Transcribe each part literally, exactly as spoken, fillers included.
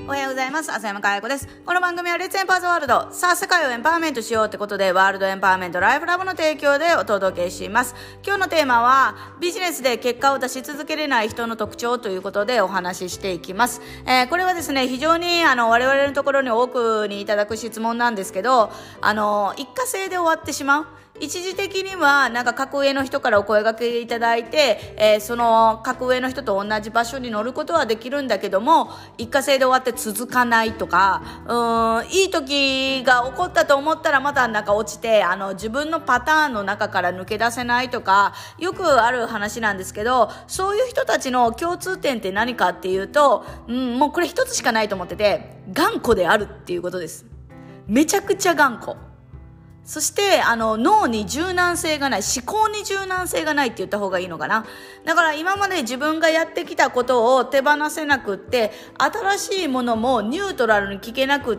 おはようございます。浅山かや子です。この番組はレッツエンパーズワールド。さあ、世界をエンパワーメントしようってことで、ワールドエンパワーメントライフラボの提供でお届けします。今日のテーマは、ビジネスで結果を出し続けれない人の特徴ということでお話ししていきます。えー、これはですね、非常にあの我々のところに多くにいただく質問なんですけど、あの、一過性で終わってしまう。一時的にはなんか格上の人からお声掛けいただいて、えー、その格上の人と同じ場所に乗ることはできるんだけども、一過性で終わって続かないとか、うーんいい時が起こったと思ったらまたなんか落ちて、あの自分のパターンの中から抜け出せないとか、よくある話なんですけど、そういう人たちの共通点って何かっていうと、うん、もうこれ一つしかないと思ってて、頑固であるっていうことです。めちゃくちゃ頑固。そしてあの脳に柔軟性がない、思考に柔軟性がないって言った方がいいのかな。だから今まで自分がやってきたことを手放せなくって、新しいものもニュートラルに聞けなくって、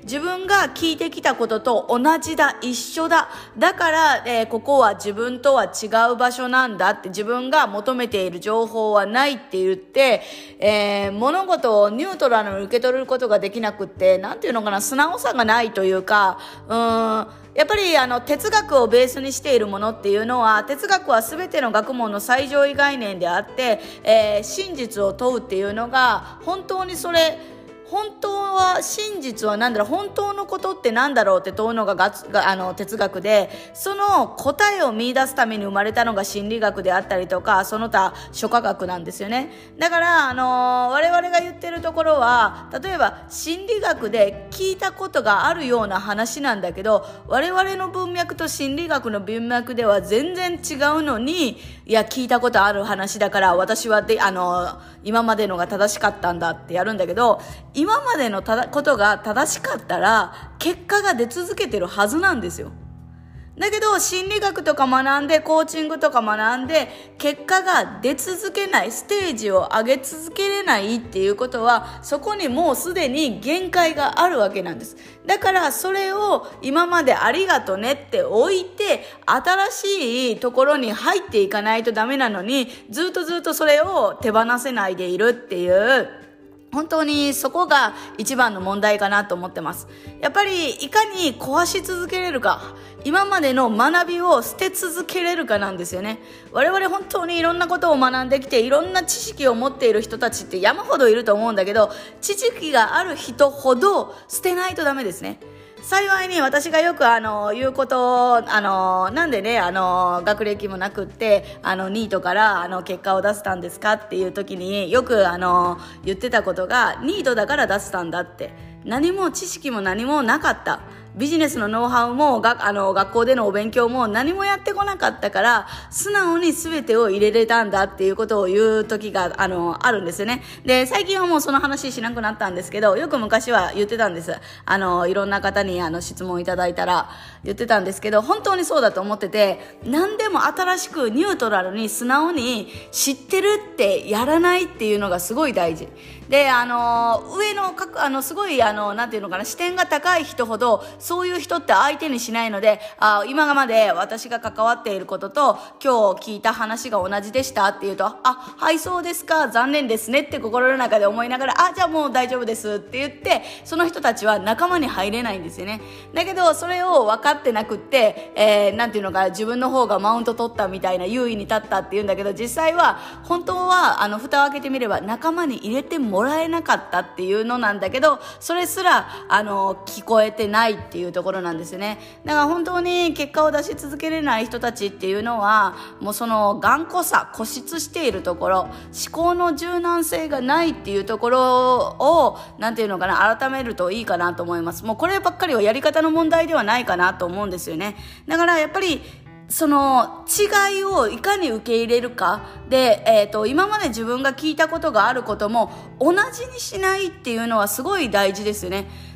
自分が聞いてきたことと同じだ、一緒だ、だから、えー、ここは自分とは違う場所なんだって、自分が求めている情報はないって言って、えー、物事をニュートラルに受け取ることができなくって、なんていうのかな、素直さがないというか、うーんやっぱりあの哲学をベースにしているものっていうのは、哲学は全ての学問の最上位概念であって、えー、真実を問うっていうのが本当にそれ本当は真実は何だろう、本当のことって何だろうって問うのがががあの哲学で、その答えを見出すために生まれたのが心理学であったりとか、その他諸科学なんですよね。だからあの我々が言ってるところは、例えば心理学で聞いたことがあるような話なんだけど、我々の文脈と心理学の文脈では全然違うのに、いや聞いたことある話だから私はであの今までのが正しかったんだってやるんだけど、今までのただことが正しかったら結果が出続けてるはずなんですよ。だけど心理学とか学んで、コーチングとか学んで結果が出続けない、ステージを上げ続けれないっていうことは、そこにもうすでに限界があるわけなんです。だからそれを今までありがとねって置いて、新しいところに入っていかないとダメなのに、ずっとずっとそれを手放せないでいるっていう、本当にそこが一番の問題かなと思ってます。やっぱりいかに壊し続けれるか、今までの学びを捨て続けれるかなんですよね。我々本当にいろんなことを学んできて、いろんな知識を持っている人たちって山ほどいると思うんだけど、知識がある人ほど捨てないとダメですね。幸いに私がよくあの言うことを、あのなんでね、あの学歴もなくってあのニートからあの結果を出せたんですかっていう時に、よくあの言ってたことが、ニートだから出せたんだって。何も知識も何もなかった、ビジネスのノウハウもがあの学校でのお勉強も何もやってこなかったから、素直に全てを入れれたんだっていうことを言う時があのあるんですよね。で、最近はもうその話しなくなったんですけど、よく昔は言ってたんです。あのいろんな方にあの質問いただいたら言ってたんですけど、本当にそうだと思ってて、何でも新しくニュートラルに素直に知ってるってやらないっていうのがすごい大事で、あの上のあのすごいあのなんていうのかな、視点が高い人ほどそういう人って相手にしないので、あ今まで私が関わっていることと今日聞いた話が同じでしたっていうと、あはいそうですか、残念ですねって心の中で思いながら、あじゃあもう大丈夫ですって言って、その人たちは仲間に入れないんですよね。だけどそれを分かってなくって、えー、なんていうのか、自分の方がマウント取ったみたいな、優位に立ったっていうんだけど、実際は本当はあの蓋を開けてみれば仲間に入れてもらえなかったっていうのなんだけど、それすらあの聞こえてないっていうところなんですよね。だから本当に結果を出し続けれない人たちっていうのは、もうその頑固さ、固執しているところ、思考の柔軟性がないっていうところをなんていうのかな、改めるといいかなと思います。もうこればっかりはやり方の問題ではないかなと思うんですよね。だからやっぱりその違いをいかに受け入れるかで、えーと、今まで自分が聞いたことがあることも同じにしないっていうのはすごい大事ですよね。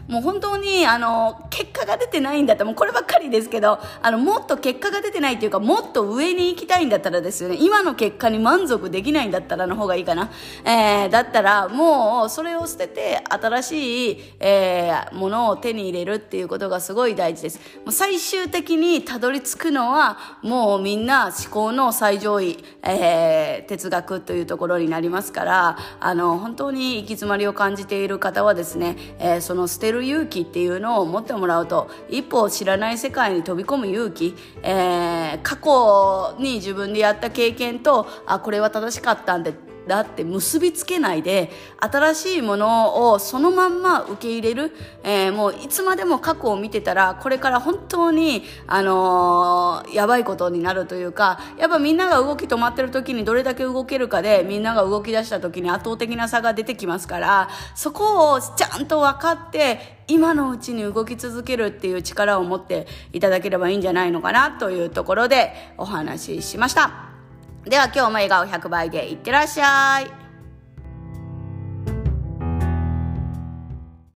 もう本当にあの結果が出てないんだったら、もうこればっかりですけど、あのもっと結果が出てないっていうか、もっと上に行きたいんだったらですよね、今の結果に満足できないんだったらの方がいいかな、えー、だったらもうそれを捨てて新しい、えー、ものを手に入れるっていうことがすごい大事です。もう最終的にたどり着くのはもうみんな思考の最上位、えー、哲学というところになりますから、あの本当に行き詰まりを感じている方はですね、えー、その捨てる勇気っていうのを持ってもらうと、一歩知らない世界に飛び込む勇気、えー、過去に自分でやった経験と、あ、これは正しかったんでだって結びつけないで、新しいものをそのまんま受け入れる、えー、もういつまでも過去を見てたら、これから本当に、あのー、やばいことになるというか、やっぱみんなが動き止まってる時にどれだけ動けるかで、みんなが動き出した時に圧倒的な差が出てきますから、そこをちゃんと分かって今のうちに動き続けるっていう力を持っていただければいいんじゃないのかなというところでお話ししました。では今日も笑顔ひゃくばいでいってらっしゃい。